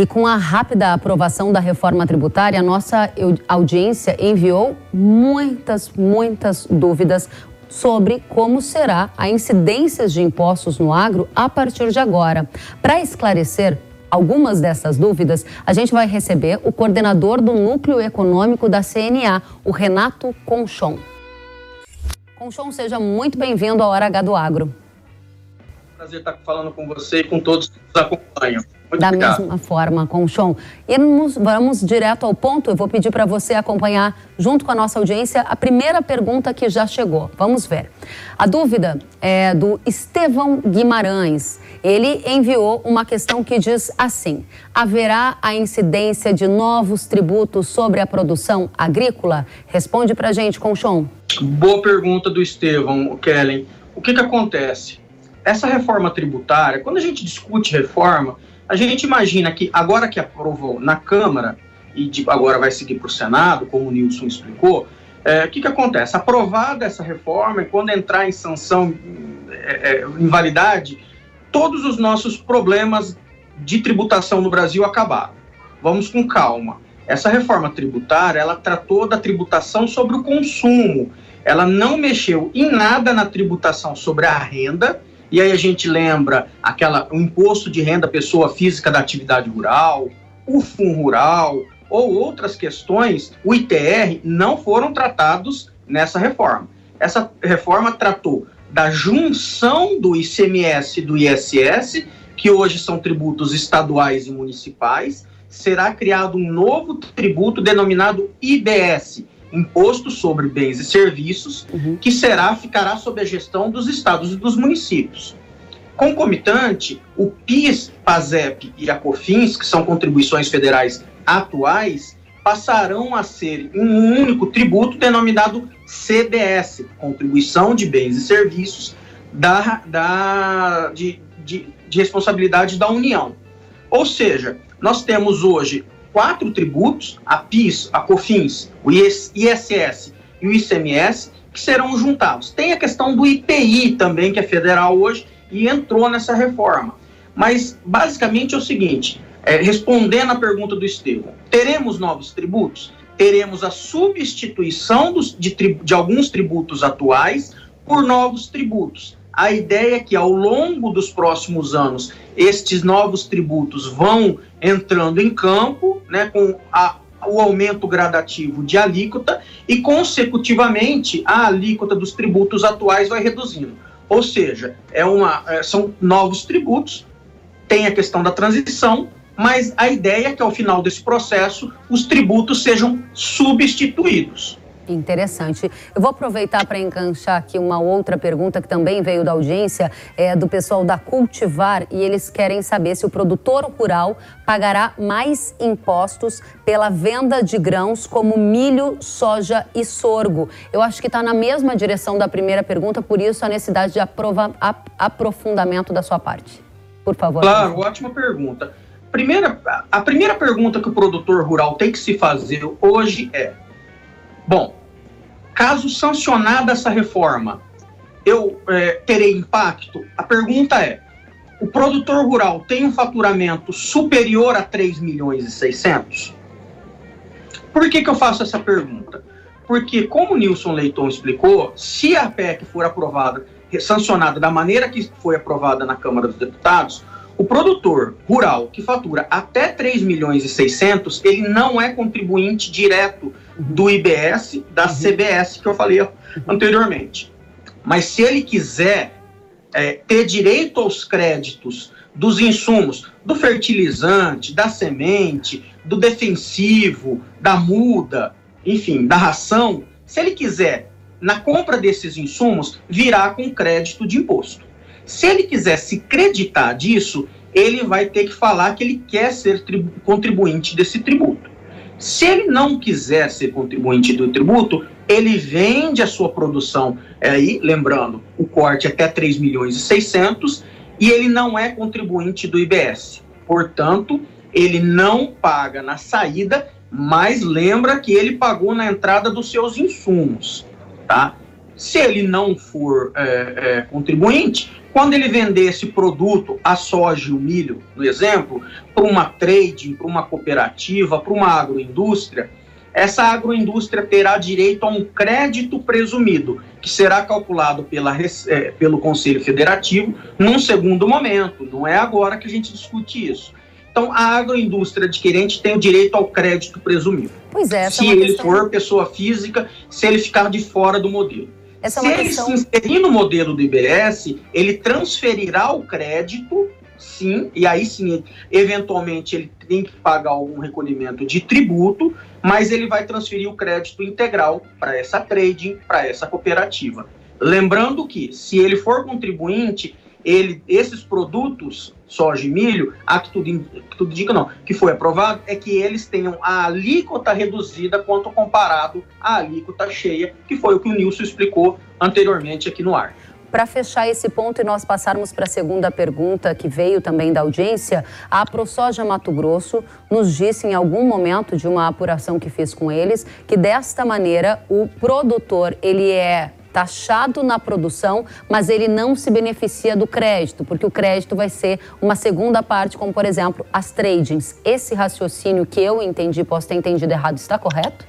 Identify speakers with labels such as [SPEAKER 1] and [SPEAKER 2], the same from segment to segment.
[SPEAKER 1] E com a rápida aprovação da reforma tributária, a nossa audiência enviou muitas dúvidas sobre como será a incidência de impostos no agro a partir de agora. Para esclarecer algumas dessas dúvidas, a gente vai receber o coordenador do Núcleo Econômico da CNA, o Renato Conchon. Conchon, seja muito bem-vindo à Hora H do Agro.
[SPEAKER 2] Prazer estar falando com você e com todos que nos acompanham.
[SPEAKER 1] Da mesma forma, Conchon. E vamos direto ao ponto. Eu vou pedir para você acompanhar, junto com a nossa audiência, a primeira pergunta que já chegou. Vamos ver. A dúvida é do Estevão Guimarães. Ele enviou uma questão que diz assim: haverá a incidência de novos tributos sobre a produção agrícola? Responde para a gente, Conchon.
[SPEAKER 2] Boa pergunta do Estevão, Kellen. O que acontece? Essa reforma tributária, quando a gente discute reforma, a gente imagina que agora que aprovou na Câmara e agora vai seguir para o Senado, como o Nilson explicou, o que acontece? Aprovada essa reforma, e quando entrar em sanção, em validade, todos os nossos problemas de tributação no Brasil acabaram. Vamos com calma. Essa reforma tributária, ela tratou da tributação sobre o consumo. Ela não mexeu em nada na tributação sobre a renda. E aí a gente lembra o imposto de renda pessoa física da atividade rural, o FUN rural ou outras questões, o ITR, não foram tratados nessa reforma. Essa reforma tratou da junção do ICMS e do ISS, que hoje são tributos estaduais e municipais. Será criado um novo tributo denominado IBS, Imposto sobre Bens e Serviços, que ficará sob a gestão dos estados e dos municípios. Concomitante, o PIS, PASEP e a COFINS, que são contribuições federais atuais, passarão a ser um único tributo denominado CBS, Contribuição de Bens e Serviços de responsabilidade da União. Ou seja, nós temos hoje 4 tributos, a PIS, a COFINS, o ISS e o ICMS, que serão juntados. Tem a questão do IPI também, que é federal hoje, e entrou nessa reforma. Mas, basicamente, é o seguinte, respondendo à pergunta do Estevão, teremos novos tributos? Teremos a substituição de alguns tributos atuais por novos tributos. A ideia é que, ao longo dos próximos anos, estes novos tributos vão entrando em campo, né, com o aumento gradativo de alíquota e, consecutivamente, a alíquota dos tributos atuais vai reduzindo. Ou seja, são novos tributos, tem a questão da transição, mas a ideia é que, ao final desse processo, os tributos sejam substituídos.
[SPEAKER 1] Interessante. Eu vou aproveitar para enganchar aqui uma outra pergunta que também veio da audiência, do pessoal da Cultivar, e eles querem saber se o produtor rural pagará mais impostos pela venda de grãos como milho, soja e sorgo. Eu acho que está na mesma direção da primeira pergunta, por isso a necessidade de aprofundamento da sua parte. Por favor.
[SPEAKER 2] Claro, ótima pergunta. A primeira pergunta que o produtor rural tem que se fazer hoje é: bom, caso sancionada essa reforma, eu terei impacto? A pergunta é: o produtor rural tem um faturamento superior a 3 milhões e 600? Por que eu faço essa pergunta? Porque, como o Nilson Leitão explicou, se a PEC for aprovada, sancionada da maneira que foi aprovada na Câmara dos Deputados, o produtor rural que fatura até 3 milhões e 600, ele não é contribuinte direto do IBS, da CBS, que eu falei anteriormente. Mas se ele quiser ter direito aos créditos dos insumos, do fertilizante, da semente, do defensivo, da muda, enfim, da ração, se ele quiser, na compra desses insumos, virá com crédito de imposto. Se ele quiser se creditar disso, ele vai ter que falar que ele quer ser contribuinte desse tributo. Se ele não quiser ser contribuinte do tributo, ele vende a sua produção, aí, lembrando, o corte até 3 milhões e 600, e ele não é contribuinte do IBS. Portanto, ele não paga na saída, mas lembra que ele pagou na entrada dos seus insumos, tá? Se ele não for contribuinte, quando ele vender esse produto, a soja e o milho, no exemplo, para uma trading, para uma cooperativa, para uma agroindústria, essa agroindústria terá direito a um crédito presumido, que será calculado pelo Conselho Federativo num segundo momento. Não é agora que a gente discute isso. Então, a agroindústria adquirente tem o direito ao crédito presumido.
[SPEAKER 1] Pois é,
[SPEAKER 2] se ele for pessoa física, se ele ficar de fora do modelo. Se ele se inserir no modelo do IBS, ele transferirá o crédito, sim, e aí sim, eventualmente ele tem que pagar algum recolhimento de tributo, mas ele vai transferir o crédito integral para essa trading, para essa cooperativa. Lembrando que, se ele for contribuinte, esses produtos, soja e milho, que foi aprovado, é que eles tenham a alíquota reduzida quanto comparado à alíquota cheia, que foi o que o Nilson explicou anteriormente aqui no ar.
[SPEAKER 1] Para fechar esse ponto e nós passarmos para a segunda pergunta que veio também da audiência, a ProSoja Mato Grosso nos disse em algum momento de uma apuração que fiz com eles que desta maneira o produtor ele é taxado na produção, mas ele não se beneficia do crédito, porque o crédito vai ser uma segunda parte, como por exemplo as tradings. Esse raciocínio que eu entendi, posso ter entendido errado, está correto?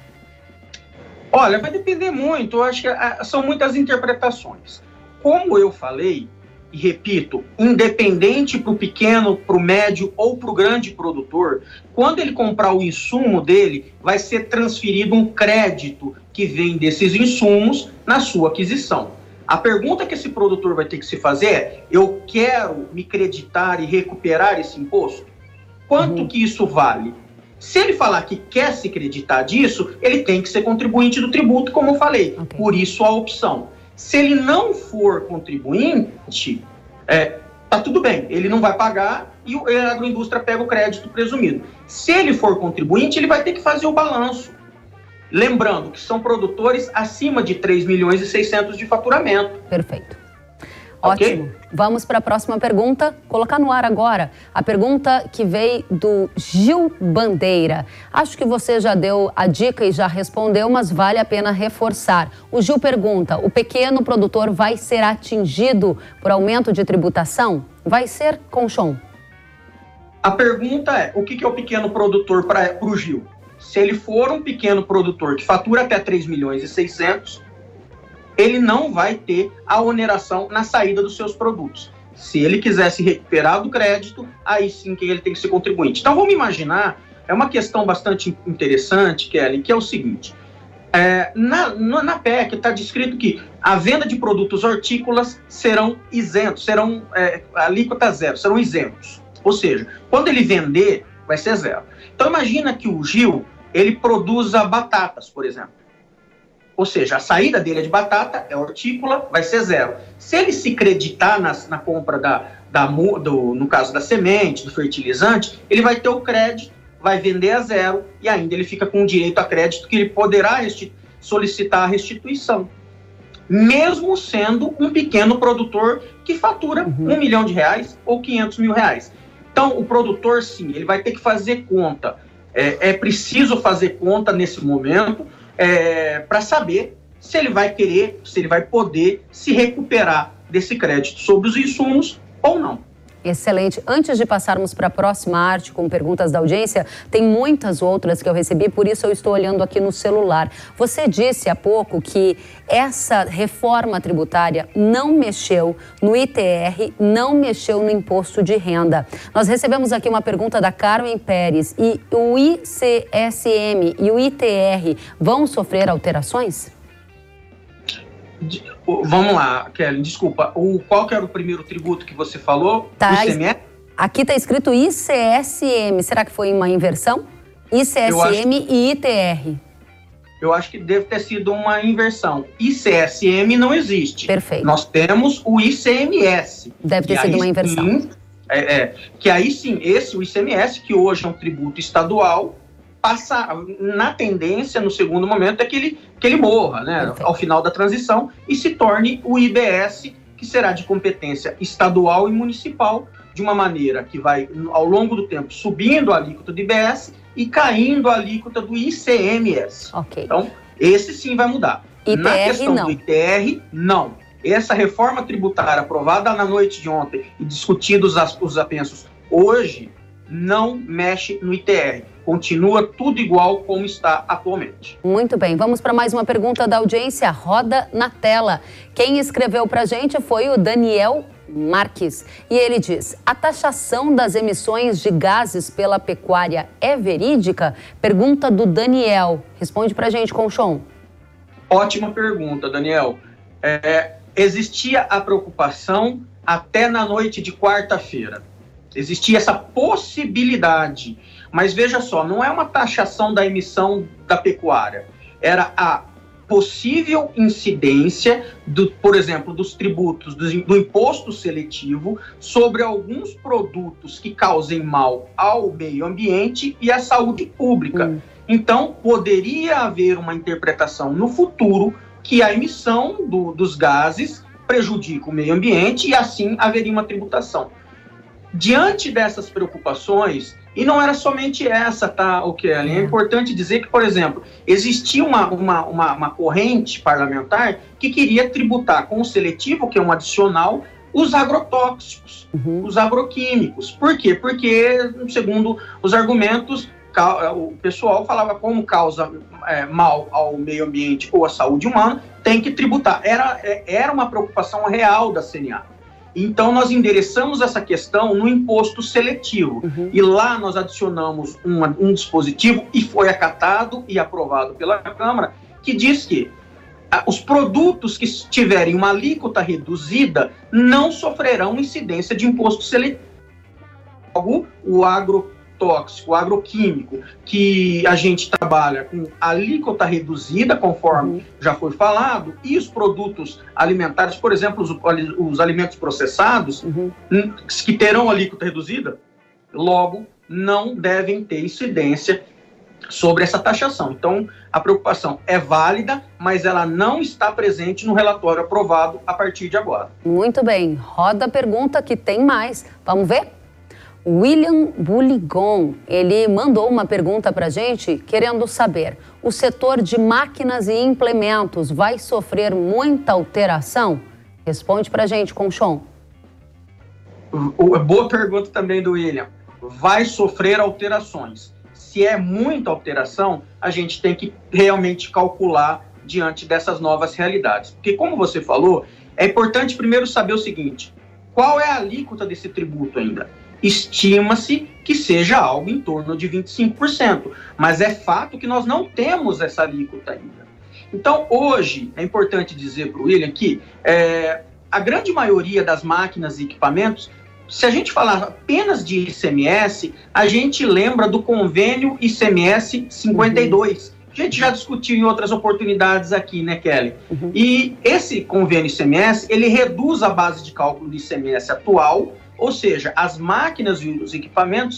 [SPEAKER 2] Olha, vai depender muito, eu acho que são muitas interpretações. Como eu falei, e repito, independente para o pequeno, para o médio ou para o grande produtor, quando ele comprar o insumo dele, vai ser transferido um crédito que vem desses insumos na sua aquisição. A pergunta que esse produtor vai ter que se fazer é: eu quero me creditar e recuperar esse imposto? Quanto que isso vale? Se ele falar que quer se creditar disso, ele tem que ser contribuinte do tributo, como eu falei. Okay. Por isso a opção. Se ele não for contribuinte, tá tudo bem, ele não vai pagar e a agroindústria pega o crédito presumido. Se ele for contribuinte, ele vai ter que fazer o balanço. Lembrando que são produtores acima de 3 milhões e 600 de faturamento.
[SPEAKER 1] Perfeito. Ótimo. Okay? Vamos para a próxima pergunta, colocar no ar agora. A pergunta que veio do Gil Bandeira. Acho que você já deu a dica e já respondeu, mas vale a pena reforçar. O Gil pergunta: o pequeno produtor vai ser atingido por aumento de tributação? Vai ser, Conchon?
[SPEAKER 2] A pergunta é: o que é o pequeno produtor para o Gil? Se ele for um pequeno produtor que fatura até 3 milhões e 600, ele não vai ter a oneração na saída dos seus produtos. Se ele quiser se recuperar do crédito, aí sim que ele tem que ser contribuinte. Então vamos imaginar, é uma questão bastante interessante, Kelly, que é o seguinte: na PEC está descrito que a venda de produtos hortícolas serão isentos, serão alíquota zero, serão isentos. Ou seja, quando ele vender, vai ser zero. Então imagina que o Gil, ele produza batatas, por exemplo. Ou seja, a saída dele é de batata, é hortícola, vai ser zero. Se ele se creditar na compra no caso da semente, do fertilizante, ele vai ter o crédito, vai vender a zero e ainda ele fica com direito a crédito que ele poderá solicitar a restituição. Mesmo sendo um pequeno produtor que fatura R$1 milhão ou R$500 mil. Então, o produtor, sim, ele vai ter que fazer conta. É preciso fazer conta nesse momento, para saber se ele vai querer, se ele vai poder se recuperar desse crédito sobre os insumos ou não.
[SPEAKER 1] Excelente. Antes de passarmos para a próxima arte com perguntas da audiência, tem muitas outras que eu recebi, por isso eu estou olhando aqui no celular. Você disse há pouco que essa reforma tributária não mexeu no ITR, não mexeu no imposto de renda. Nós recebemos aqui uma pergunta da Carmen Pérez. E o ICSM e o ITR vão sofrer alterações?
[SPEAKER 2] Vamos lá, Kelly, desculpa. Qual que era o primeiro tributo que você falou?
[SPEAKER 1] Tá, o ICMS? Aqui está escrito ICSM. Será que foi uma inversão? ICSM e ITR.
[SPEAKER 2] Eu acho que deve ter sido uma inversão. ICSM não existe.
[SPEAKER 1] Perfeito.
[SPEAKER 2] Nós temos o ICMS.
[SPEAKER 1] Deve ter sido uma inversão.
[SPEAKER 2] Sim, que aí sim, o ICMS, que hoje é um tributo estadual, passa, na tendência, no segundo momento, é que ele morra, né, ao final da transição, e se torne o IBS, que será de competência estadual e municipal, de uma maneira que vai, ao longo do tempo, subindo a alíquota do IBS e caindo a alíquota do ICMS.
[SPEAKER 1] Okay.
[SPEAKER 2] Então, esse sim vai mudar.
[SPEAKER 1] ITR,
[SPEAKER 2] na questão
[SPEAKER 1] não.
[SPEAKER 2] do ITR, não. Essa reforma tributária aprovada na noite de ontem e discutidos os apensos hoje, não mexe no ITR. Continua tudo igual como está atualmente.
[SPEAKER 1] Muito bem, vamos para mais uma pergunta da audiência. Roda na tela. Quem escreveu para a gente foi o Daniel Marques. E ele diz: a taxação das emissões de gases pela pecuária é verídica? Pergunta do Daniel. Responde para a gente, Conchon.
[SPEAKER 2] Ótima pergunta, Daniel. Existia a preocupação até na noite de quarta-feira. Existia essa possibilidade. Mas veja só, não é uma taxação da emissão da pecuária. Era a possível incidência, por exemplo, dos tributos, do imposto seletivo sobre alguns produtos que causem mal ao meio ambiente e à saúde pública. Então, poderia haver uma interpretação no futuro que a emissão dos gases prejudica o meio ambiente e assim haveria uma tributação. Diante dessas preocupações, e não era somente essa, tá, Kelly? É importante dizer que, por exemplo, existia uma corrente parlamentar que queria tributar com o seletivo, que é um adicional, os agrotóxicos, os agroquímicos. Por quê? Porque, segundo os argumentos, o pessoal falava como causa mal ao meio ambiente ou à saúde humana, tem que tributar. Era uma preocupação real da CNA. Então, nós endereçamos essa questão no imposto seletivo. E lá nós adicionamos um dispositivo, e foi acatado e aprovado pela Câmara, que diz que os produtos que tiverem uma alíquota reduzida não sofrerão incidência de imposto seletivo. O agrotóxico, o agroquímico, que a gente trabalha com alíquota reduzida, conforme já foi falado, e os produtos alimentares, por exemplo, os alimentos processados, que terão alíquota reduzida, logo não devem ter incidência sobre essa taxação. Então, a preocupação é válida, mas ela não está presente no relatório aprovado a partir de agora.
[SPEAKER 1] Muito bem. Roda a pergunta que tem mais. Vamos ver? William Bulligon, ele mandou uma pergunta para a gente querendo saber: o setor de máquinas e implementos vai sofrer muita alteração? Responde para a gente, Conchon.
[SPEAKER 2] Boa pergunta também do William. Vai sofrer alterações. Se é muita alteração, a gente tem que realmente calcular diante dessas novas realidades. Porque, como você falou, é importante primeiro saber o seguinte: qual é a alíquota desse tributo ainda? Estima-se que seja algo em torno de 25%, mas é fato que nós não temos essa alíquota ainda. Então, hoje, é importante dizer para o William que a grande maioria das máquinas e equipamentos, se a gente falar apenas de ICMS, a gente lembra do convênio ICMS 52. A gente já discutiu em outras oportunidades aqui, né, Kelly? E esse convênio ICMS, ele reduz a base de cálculo do ICMS atual, ou seja, as máquinas e os equipamentos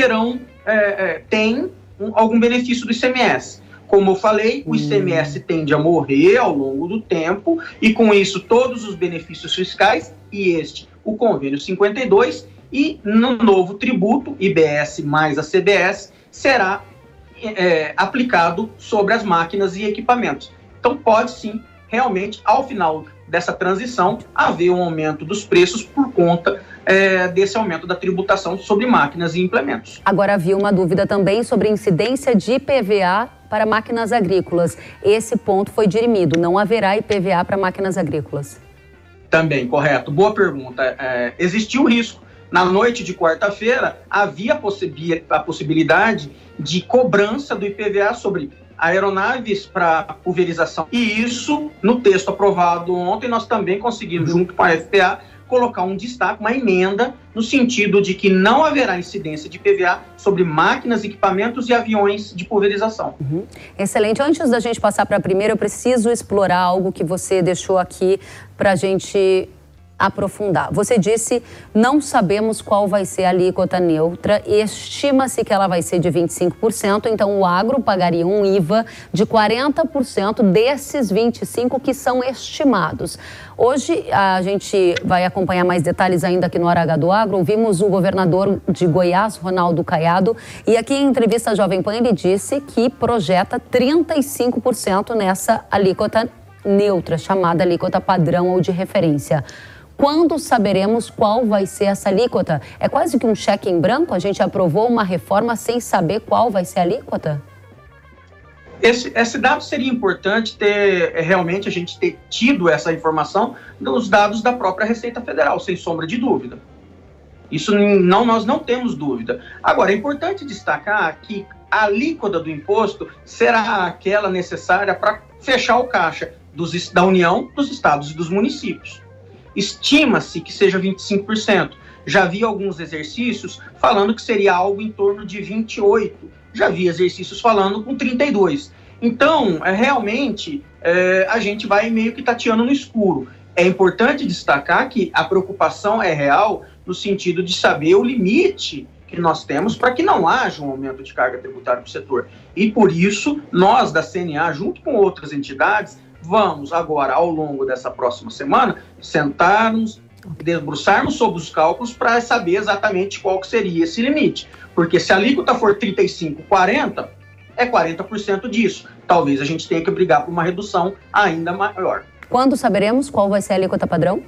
[SPEAKER 2] têm algum benefício do ICMS. Como eu falei, o ICMS tende a morrer ao longo do tempo, e com isso todos os benefícios fiscais, e o convênio 52, e no novo tributo, IBS mais a CBS, será aplicado sobre as máquinas e equipamentos. Então pode sim, realmente, ao final dessa transição, haver um aumento dos preços por conta desse aumento da tributação sobre máquinas e implementos.
[SPEAKER 1] Agora, havia uma dúvida também sobre incidência de IPVA para máquinas agrícolas. Esse ponto foi dirimido, não haverá IPVA para máquinas agrícolas.
[SPEAKER 2] Também, correto. Boa pergunta. Existiu o risco. Na noite de quarta-feira, havia a possibilidade de cobrança do IPVA sobre aeronaves para pulverização. E isso, no texto aprovado ontem, nós também conseguimos, junto com a FPA, colocar um destaque, uma emenda, no sentido de que não haverá incidência de IPVA sobre máquinas, equipamentos e aviões de pulverização.
[SPEAKER 1] Excelente. Antes da gente passar para a primeira, eu preciso explorar algo que você deixou aqui para a gente aprofundar. Você disse: não sabemos qual vai ser a alíquota neutra e estima-se que ela vai ser de 25%, então o agro pagaria um IVA de 40% desses 25% que são estimados. Hoje a gente vai acompanhar mais detalhes ainda aqui no Hora H do Agro. Ouvimos o governador de Goiás, Ronaldo Caiado, e aqui em entrevista à Jovem Pan ele disse que projeta 35% nessa alíquota neutra, chamada alíquota padrão ou de referência. Quando saberemos qual vai ser essa alíquota? É quase que um cheque em branco? A gente aprovou uma reforma sem saber qual vai ser a alíquota?
[SPEAKER 2] Esse dado seria importante realmente a gente ter tido essa informação dos dados da própria Receita Federal, sem sombra de dúvida. Isso nós não temos dúvida. Agora, é importante destacar que a alíquota do imposto será aquela necessária para fechar o caixa da União, dos estados e dos municípios. Estima-se que seja 25%. Já vi alguns exercícios falando que seria algo em torno de 28%. Já vi exercícios falando com 32%. Então, realmente, a gente vai meio que tateando no escuro. É importante destacar que a preocupação é real no sentido de saber o limite que nós temos para que não haja um aumento de carga tributária para o setor. E, por isso, nós da CNA, junto com outras entidades, vamos agora, ao longo dessa próxima semana, sentarmos, debruçarmos sobre os cálculos para saber exatamente qual que seria esse limite. Porque se a alíquota for 35, 40, é 40% disso. Talvez a gente tenha que brigar por uma redução ainda maior.
[SPEAKER 1] Quando saberemos qual vai ser a alíquota padrão?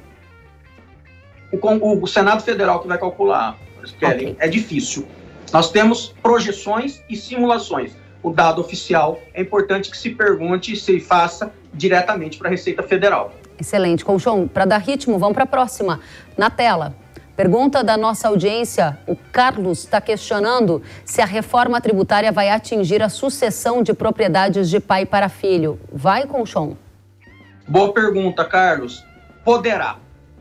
[SPEAKER 2] O Senado Federal que vai calcular, Kelly. Okay. É difícil. Nós temos projeções e simulações. O dado oficial é importante que se pergunte e se faça diretamente para a Receita Federal.
[SPEAKER 1] Excelente. Colchon, para dar ritmo, vamos para a próxima. Na tela, pergunta da nossa audiência. O Carlos está questionando se a reforma tributária vai atingir a sucessão de propriedades de pai para filho. Vai, Colchon?
[SPEAKER 2] Boa pergunta, Carlos. Poderá.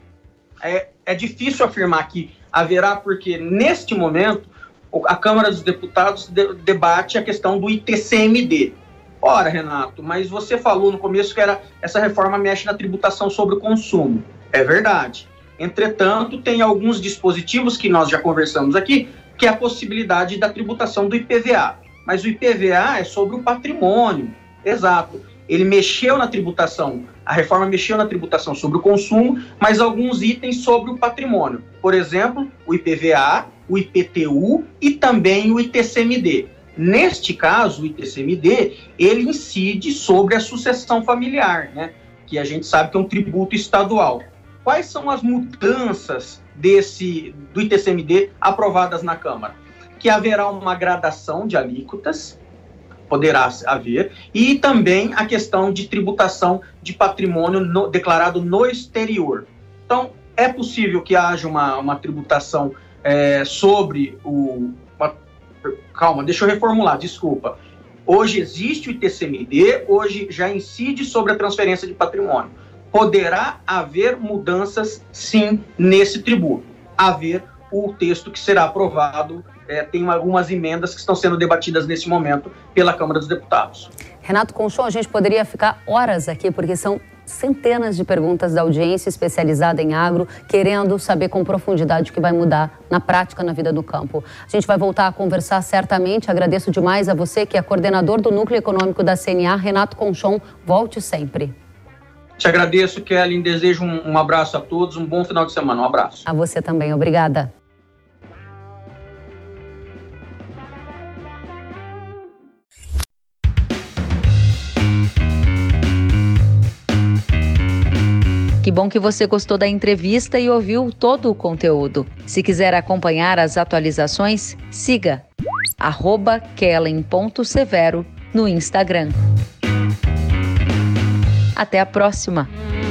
[SPEAKER 2] É difícil afirmar que haverá, porque neste momento a Câmara dos Deputados debate a questão do ITCMD. Ora, Renato, mas você falou no começo que essa reforma mexe na tributação sobre o consumo. É verdade. Entretanto, tem alguns dispositivos que nós já conversamos aqui, que é a possibilidade da tributação do IPVA. Mas o IPVA é sobre o patrimônio. Exato. Ele mexeu na tributação, a reforma mexeu na tributação sobre o consumo, mas alguns itens sobre o patrimônio. Por exemplo, o IPVA, o IPTU e também o ITCMD. Neste caso, o ITCMD, ele incide sobre a sucessão familiar, né? Que a gente sabe que é um tributo estadual. Quais são as mudanças do ITCMD aprovadas na Câmara? Que haverá uma gradação de alíquotas, poderá haver, e também a questão de tributação de patrimônio declarado no exterior. Então, é possível que haja uma tributação sobre Calma, deixa eu reformular, desculpa. Hoje existe o ITCMD, hoje já incide sobre a transferência de patrimônio. Poderá haver mudanças, sim, nesse tributo. Haver o texto que será aprovado, tem algumas emendas que estão sendo debatidas nesse momento pela Câmara dos Deputados.
[SPEAKER 1] Renato Colchon, a gente poderia ficar horas aqui, porque são centenas de perguntas da audiência especializada em agro, querendo saber com profundidade o que vai mudar na prática na vida do campo. A gente vai voltar a conversar certamente. Agradeço demais a você, que é coordenador do Núcleo Econômico da CNA, Renato Colchon. Volte sempre.
[SPEAKER 2] Te agradeço, Kelly. Desejo um abraço a todos, um bom final de semana. Um abraço.
[SPEAKER 1] A você também. Obrigada. Que bom que você gostou da entrevista e ouviu todo o conteúdo. Se quiser acompanhar as atualizações, siga @kellen.severo no Instagram. Até a próxima!